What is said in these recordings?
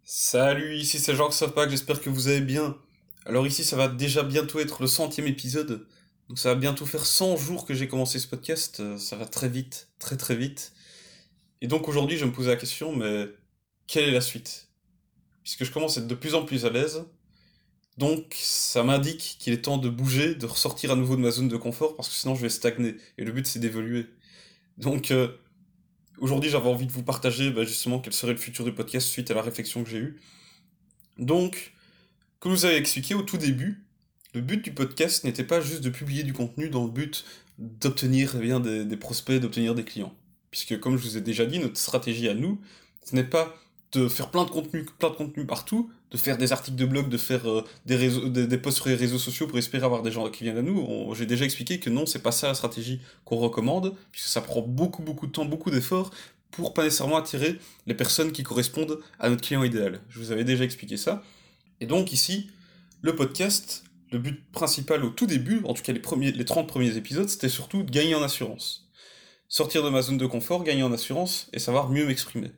Salut, ici c'est Jean Pack, j'espère que vous allez bien. Alors ici ça va déjà bientôt être le 100e épisode, donc ça va bientôt faire 100 jours que j'ai commencé ce podcast, ça va très vite, très très vite. Et donc aujourd'hui je me posais la question, mais quelle est la suite? Puisque je commence à être de plus en plus à l'aise, donc ça m'indique qu'il est temps de bouger, de ressortir à nouveau de ma zone de confort, parce que sinon je vais stagner, et le but c'est d'évoluer. Donc aujourd'hui j'avais envie de vous partager justement quel serait le futur du podcast suite à la réflexion que j'ai eue. Donc, comme je vous avez expliqué au tout début, le but du podcast n'était pas juste de publier du contenu dans le but d'obtenir des prospects, d'obtenir des clients. Puisque, comme je vous ai déjà dit, notre stratégie à nous, ce n'est pas de faire plein de contenu partout, de faire des articles de blog, de faire des posts sur les réseaux sociaux pour espérer avoir des gens qui viennent à nous. J'ai déjà expliqué que non, c'est pas ça la stratégie qu'on recommande, puisque ça prend beaucoup, beaucoup de temps, beaucoup d'efforts pour pas nécessairement attirer les personnes qui correspondent à notre client idéal. Je vous avais déjà expliqué ça. Et donc ici, le podcast, le but principal au tout début, en tout cas les 30 premiers épisodes, c'était surtout de gagner en assurance. Sortir de ma zone de confort, gagner en assurance et savoir mieux m'exprimer.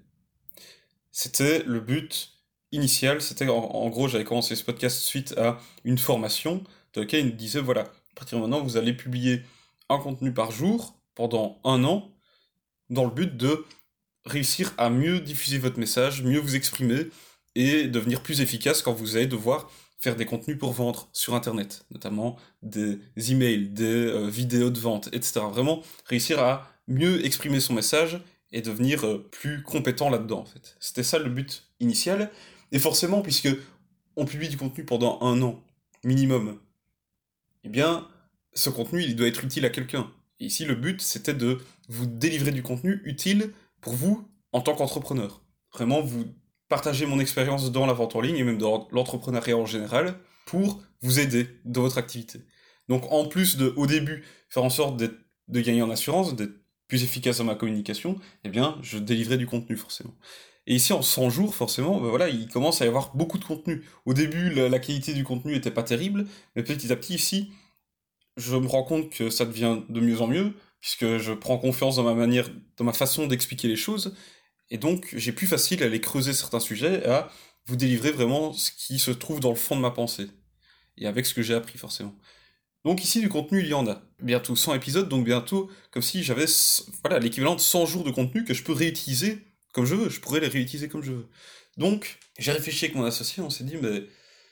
C'était le but initial, en gros j'avais commencé ce podcast suite à une formation dans laquelle il me disait voilà, à partir de maintenant vous allez publier un contenu par jour pendant un an dans le but de réussir à mieux diffuser votre message, mieux vous exprimer et devenir plus efficace quand vous allez devoir faire des contenus pour vendre sur Internet, notamment des emails, des vidéos de vente, etc. Vraiment réussir à mieux exprimer son message et devenir plus compétent là-dedans, en fait. C'était ça le but initial. Et forcément, puisque on publie du contenu pendant un an, minimum, eh bien, ce contenu, il doit être utile à quelqu'un. Et ici, le but, c'était de vous délivrer du contenu utile pour vous en tant qu'entrepreneur. Vraiment, vous partager mon expérience dans la vente en ligne et même dans l'entrepreneuriat en général pour vous aider dans votre activité. Donc, en plus de, au début, faire en sorte de gagner en assurance, d'être plus efficace dans ma communication, eh bien, je délivrais du contenu, forcément. Et ici, en 100 jours, forcément, voilà, il commence à y avoir beaucoup de contenu. Au début, la qualité du contenu était pas terrible, mais petit à petit, ici, je me rends compte que ça devient de mieux en mieux, puisque je prends confiance dans ma manière, dans ma façon d'expliquer les choses, et donc j'ai plus facile à aller creuser certains sujets, et à vous délivrer vraiment ce qui se trouve dans le fond de ma pensée, et avec ce que j'ai appris forcément. Donc ici du contenu il y en a, bientôt 100 épisodes, donc bientôt comme si j'avais voilà, l'équivalent de 100 jours de contenu que je peux réutiliser comme je veux, je pourrais les réutiliser comme je veux. Donc j'ai réfléchi avec mon associé, on s'est dit mais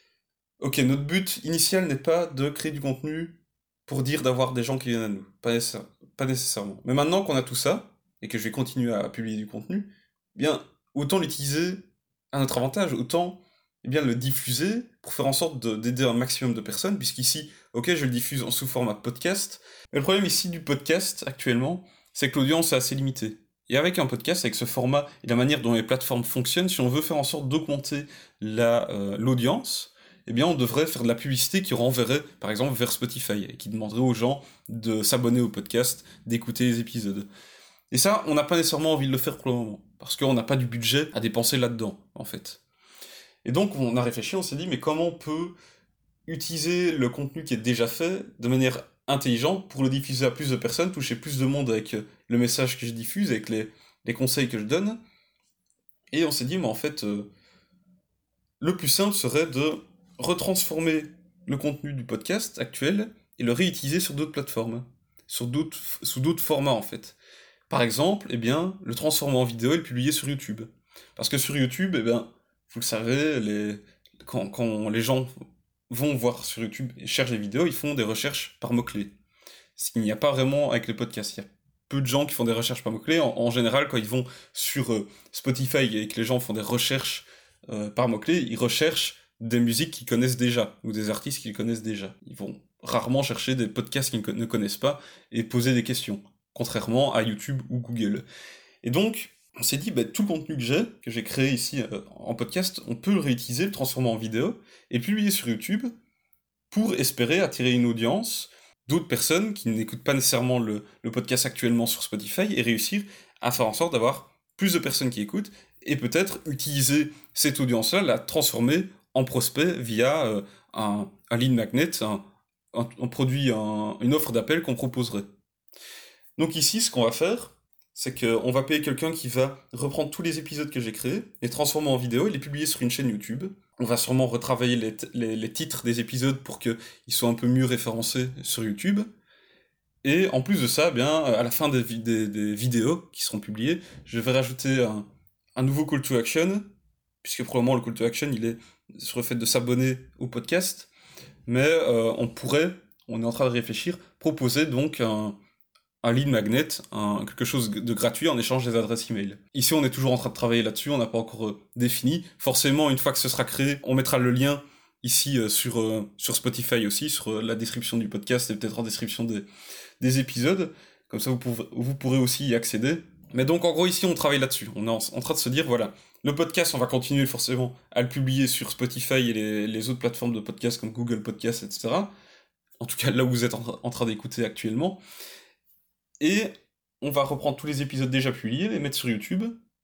ok, notre but initial n'est pas de créer du contenu pour dire d'avoir des gens qui viennent à nous. Pas nécessairement. Mais maintenant qu'on a tout ça, et que je vais continuer à publier du contenu, eh bien, autant l'utiliser à notre avantage, autant bien, le diffuser pour faire en sorte d'aider un maximum de personnes, puisqu'ici, ok, je le diffuse en sous format podcast, mais le problème ici du podcast, actuellement, c'est que l'audience est assez limitée. Et avec un podcast, avec ce format et la manière dont les plateformes fonctionnent, si on veut faire en sorte d'augmenter l'audience, eh bien on devrait faire de la publicité qui renverrait, par exemple, vers Spotify, et qui demanderait aux gens de s'abonner au podcast, d'écouter les épisodes. Et ça, on n'a pas nécessairement envie de le faire pour le moment, parce qu'on n'a pas du budget à dépenser là-dedans, en fait. Et donc on a réfléchi, on s'est dit, mais comment on peut utiliser le contenu qui est déjà fait de manière intelligente pour le diffuser à plus de personnes, toucher plus de monde avec le message que je diffuse, avec les conseils que je donne. Et on s'est dit, mais en fait, le plus simple serait de retransformer le contenu du podcast actuel et le réutiliser sur d'autres plateformes, sous d'autres formats en fait. Par exemple, eh bien, le transformer en vidéo et le publier sur YouTube. Parce que sur YouTube, eh bien, vous le savez, quand les gens vont voir sur YouTube et cherchent des vidéos, ils font des recherches par mots-clés. Ce qu'il n'y a pas vraiment avec les podcasts. Il y a peu de gens qui font des recherches par mots-clés. En général, quand ils vont sur Spotify et que les gens font des recherches par mots-clés, ils recherchent des musiques qu'ils connaissent déjà, ou des artistes qu'ils connaissent déjà. Ils vont rarement chercher des podcasts qu'ils ne connaissent pas et poser des questions, contrairement à YouTube ou Google. Et donc, on s'est dit, bah, tout le contenu que j'ai créé ici en podcast, on peut le réutiliser, le transformer en vidéo, et publier sur YouTube, pour espérer attirer une audience d'autres personnes qui n'écoutent pas nécessairement le podcast actuellement sur Spotify, et réussir à faire en sorte d'avoir plus de personnes qui écoutent, et peut-être utiliser cette audience-là, la transformer en prospect via un lead magnet, un produit, une offre d'appel qu'on proposerait. Donc ici, ce qu'on va faire, c'est qu'on va payer quelqu'un qui va reprendre tous les épisodes que j'ai créés, les transformer en vidéo et les publier sur une chaîne YouTube. On va sûrement retravailler les titres des épisodes pour qu'ils soient un peu mieux référencés sur YouTube. Et en plus de ça, à la fin des vidéos qui seront publiées, je vais rajouter un nouveau call to action, puisque pour le moment le call to action il est sur le fait de s'abonner au podcast, mais on est en train de réfléchir, proposer donc un lead magnet, quelque chose de gratuit en échange des adresses email. Ici on est toujours en train de travailler là-dessus, on n'a pas encore défini. Forcément une fois que ce sera créé, on mettra le lien ici sur Spotify aussi, sur la description du podcast et peut-être en description des épisodes, comme ça vous pourrez aussi y accéder. Mais donc en gros ici on travaille là-dessus, on est en train de se dire voilà, le podcast on va continuer forcément à le publier sur Spotify et les autres plateformes de podcast comme Google Podcast, etc. En tout cas là où vous êtes en train d'écouter actuellement. Et on va reprendre tous les épisodes déjà publiés, les mettre sur YouTube,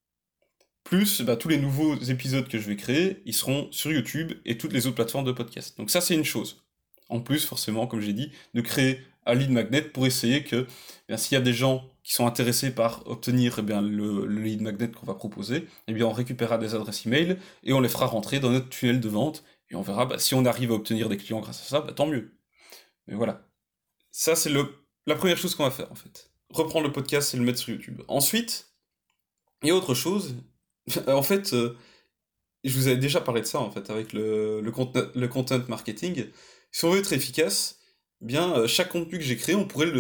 plus tous les nouveaux épisodes que je vais créer, ils seront sur YouTube et toutes les autres plateformes de podcast. Donc ça c'est une chose. En plus forcément, comme j'ai dit, de créer un lead magnet pour essayer que s'il y a des gens qui sont intéressés par obtenir le lead magnet qu'on va proposer, on récupérera des adresses email et on les fera rentrer dans notre tunnel de vente et on verra si on arrive à obtenir des clients grâce à ça, tant mieux. Mais voilà. Ça c'est la première chose qu'on va faire en fait. Reprendre le podcast et le mettre sur YouTube. Ensuite, il y a autre chose. En fait, je vous avais déjà parlé de ça en fait avec le content marketing. Si on veut être efficace, chaque contenu que j'ai créé, on pourrait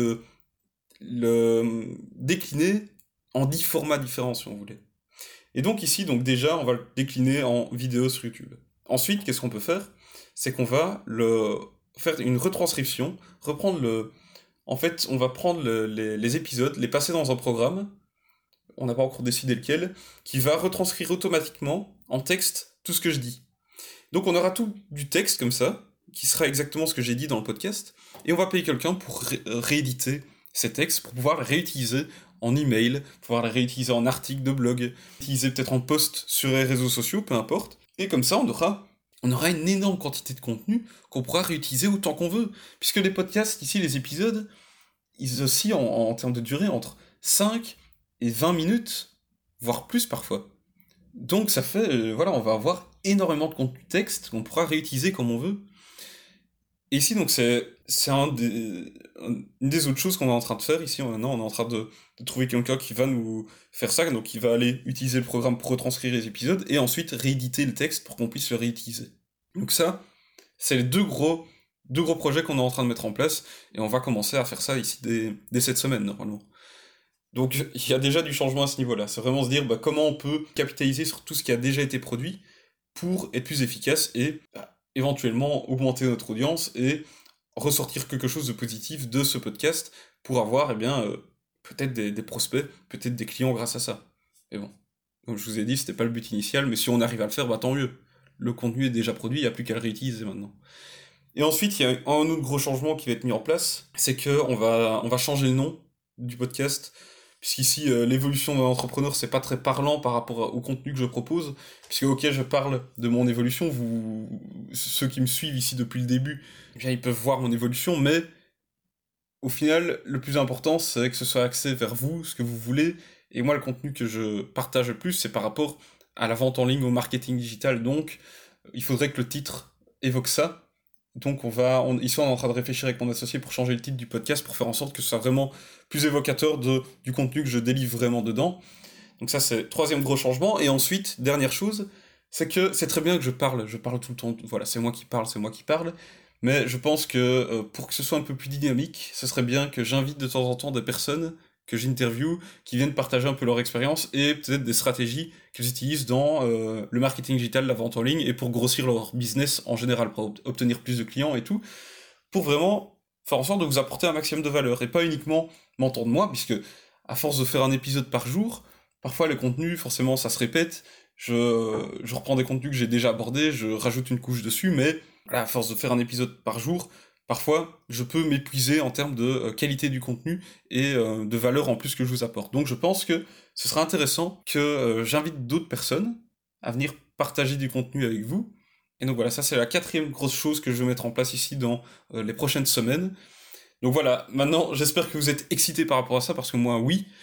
le décliner en 10 formats différents si on voulait. Et donc ici, déjà, on va le décliner en vidéo sur YouTube. Ensuite, qu'est-ce qu'on peut faire? C'est qu'on va faire une retranscription, en fait, on va prendre les épisodes, les passer dans un programme, on n'a pas encore décidé lequel, qui va retranscrire automatiquement en texte tout ce que je dis. Donc on aura tout du texte comme ça, qui sera exactement ce que j'ai dit dans le podcast, et on va payer quelqu'un pour rééditer ces textes, pour pouvoir les réutiliser en email, pouvoir les réutiliser en article de blog, utiliser peut-être en post sur les réseaux sociaux, peu importe. Et comme ça, on aura une énorme quantité de contenu qu'on pourra réutiliser autant qu'on veut. Puisque les podcasts, ici, les épisodes, ils oscillent en termes de durée entre 5 et 20 minutes, voire plus parfois. Donc ça fait, on va avoir énormément de contenu texte qu'on pourra réutiliser comme on veut. Et ici, donc, c'est une des autres choses qu'on est en train de faire. Ici, maintenant, on est en train de trouver quelqu'un qui va nous faire ça. Donc, il va aller utiliser le programme pour retranscrire les épisodes et ensuite rééditer le texte pour qu'on puisse le réutiliser. Donc ça, c'est les deux gros projets qu'on est en train de mettre en place. Et on va commencer à faire ça ici dès cette semaine, normalement. Donc, il y a déjà du changement à ce niveau-là. C'est vraiment se dire comment on peut capitaliser sur tout ce qui a déjà été produit pour être plus efficace et éventuellement augmenter notre audience et ressortir quelque chose de positif de ce podcast pour avoir peut-être des prospects, peut-être des clients grâce à ça. Mais bon, comme je vous ai dit, c'était pas le but initial, mais si on arrive à le faire, tant mieux. Le contenu est déjà produit, il n'y a plus qu'à le réutiliser maintenant. Et ensuite, il y a un autre gros changement qui va être mis en place, c'est qu'on va changer le nom du podcast, puisqu'ici, l'évolution d'un entrepreneur, c'est pas très parlant par rapport au contenu que je propose, puisque, ok, je parle de mon évolution, ceux qui me suivent ici depuis le début, ils peuvent voir mon évolution, mais au final, le plus important, c'est que ce soit axé vers vous, ce que vous voulez, et moi, le contenu que je partage le plus, c'est par rapport à la vente en ligne, au marketing digital, donc il faudrait que le titre évoque ça. Donc ici on est en train de réfléchir avec mon associé pour changer le titre du podcast, pour faire en sorte que ce soit vraiment plus évocateur du contenu que je délivre vraiment dedans. Donc ça c'est le troisième gros changement. Et ensuite, dernière chose, c'est que c'est très bien que je parle tout le temps, voilà, c'est moi qui parle, mais je pense que pour que ce soit un peu plus dynamique, ce serait bien que j'invite de temps en temps des personnes que j'interviewe, qui viennent partager un peu leur expérience et peut-être des stratégies qu'ils utilisent dans le marketing digital, la vente en ligne, et pour grossir leur business en général, pour obtenir plus de clients et tout, pour vraiment faire en sorte de vous apporter un maximum de valeur, et pas uniquement m'entendre moi, puisque à force de faire un épisode par jour, parfois les contenus, forcément ça se répète, je reprends des contenus que j'ai déjà abordés, je rajoute une couche dessus, mais à force de faire un épisode par jour, parfois, je peux m'épuiser en termes de qualité du contenu et de valeur en plus que je vous apporte. Donc je pense que ce sera intéressant que j'invite d'autres personnes à venir partager du contenu avec vous. Et donc voilà, ça c'est la quatrième grosse chose que je vais mettre en place ici dans les prochaines semaines. Donc voilà, maintenant j'espère que vous êtes excités par rapport à ça, parce que moi oui.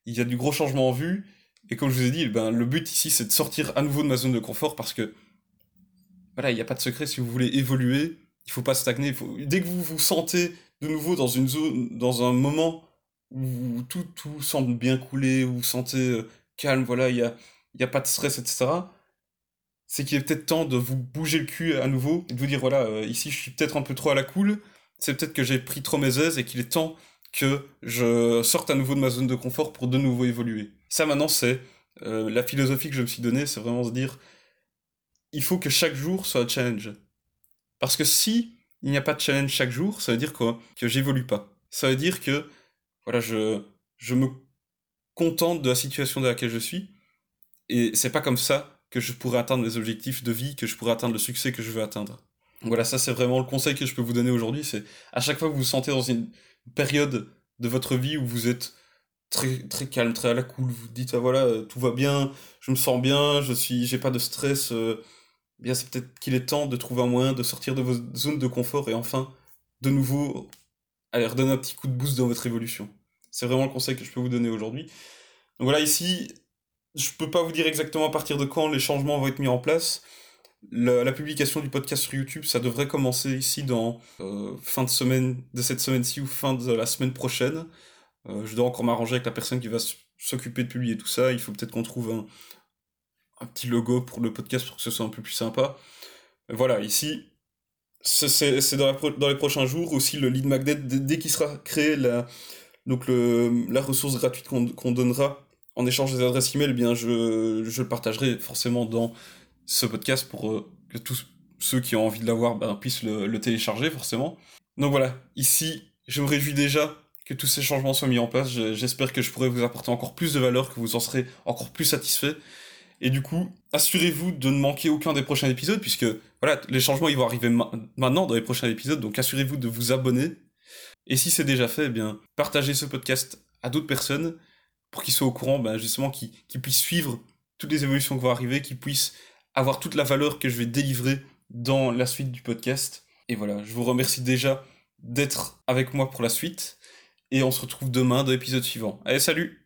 il y a du gros changement en vue, et comme je vous ai dit, ben, le but ici c'est de sortir à nouveau de ma zone de confort, parce que voilà, il n'y a pas de secret, si vous voulez évoluer, il faut pas stagner, dès que vous vous sentez de nouveau dans une zone, dans un moment où tout semble bien couler, où vous vous sentez calme, voilà, il y a pas de stress, etc., c'est qu'il est peut-être temps de vous bouger le cul à nouveau et de vous dire voilà, ici je suis peut-être un peu trop à la cool, c'est peut-être que j'ai pris trop mes aises et qu'il est temps que je sorte à nouveau de ma zone de confort pour de nouveau évoluer. Ça maintenant c'est la philosophie que je me suis donnée, c'est vraiment se dire il faut que chaque jour soit un challenge. Parce que si il n'y a pas de challenge chaque jour, ça veut dire quoi? Que j'évolue pas. Ça veut dire que voilà, je me contente de la situation dans laquelle je suis et c'est pas comme ça que je pourrais atteindre mes objectifs de vie, que je pourrais atteindre le succès que je veux atteindre. Voilà, ça c'est vraiment le conseil que je peux vous donner aujourd'hui, c'est à chaque fois que vous vous sentez dans une période de votre vie où vous êtes très calme, très à la cool, vous dites ah voilà, tout va bien, je me sens bien, j'ai pas de stress, bien c'est peut-être qu'il est temps de trouver un moyen de sortir de vos zones de confort et enfin de nouveau aller redonner un petit coup de boost dans votre évolution. C'est vraiment le conseil que je peux vous donner aujourd'hui. Donc voilà, ici, je peux pas vous dire exactement à partir de quand les changements vont être mis en place. La publication du podcast sur YouTube, ça devrait commencer ici dans fin de semaine de cette semaine-ci ou fin de la semaine prochaine. Je dois encore m'arranger avec la personne qui va s'occuper de publier tout ça. Il faut peut-être qu'on trouve un petit logo pour le podcast pour que ce soit un peu plus sympa. Voilà, ici, c'est dans les prochains jours. Aussi, le lead magnet, dès qu'il sera créé, la ressource gratuite qu'on donnera en échange des adresses email, eh bien, je le partagerai forcément dans ce podcast pour que tous ceux qui ont envie de l'avoir ben, puissent le télécharger, forcément. Donc voilà, ici, je me réjouis déjà que tous ces changements soient mis en place. J'espère que je pourrai vous apporter encore plus de valeur, que vous en serez encore plus satisfait. Et du coup, assurez-vous de ne manquer aucun des prochains épisodes, puisque voilà, les changements ils vont arriver maintenant dans les prochains épisodes, donc assurez-vous de vous abonner. Et si c'est déjà fait, eh bien, partagez ce podcast à d'autres personnes pour qu'ils soient au courant, ben, justement, qu'ils puissent suivre toutes les évolutions qui vont arriver, qu'ils puissent avoir toute la valeur que je vais délivrer dans la suite du podcast. Et voilà, je vous remercie déjà d'être avec moi pour la suite, et on se retrouve demain dans l'épisode suivant. Allez, salut!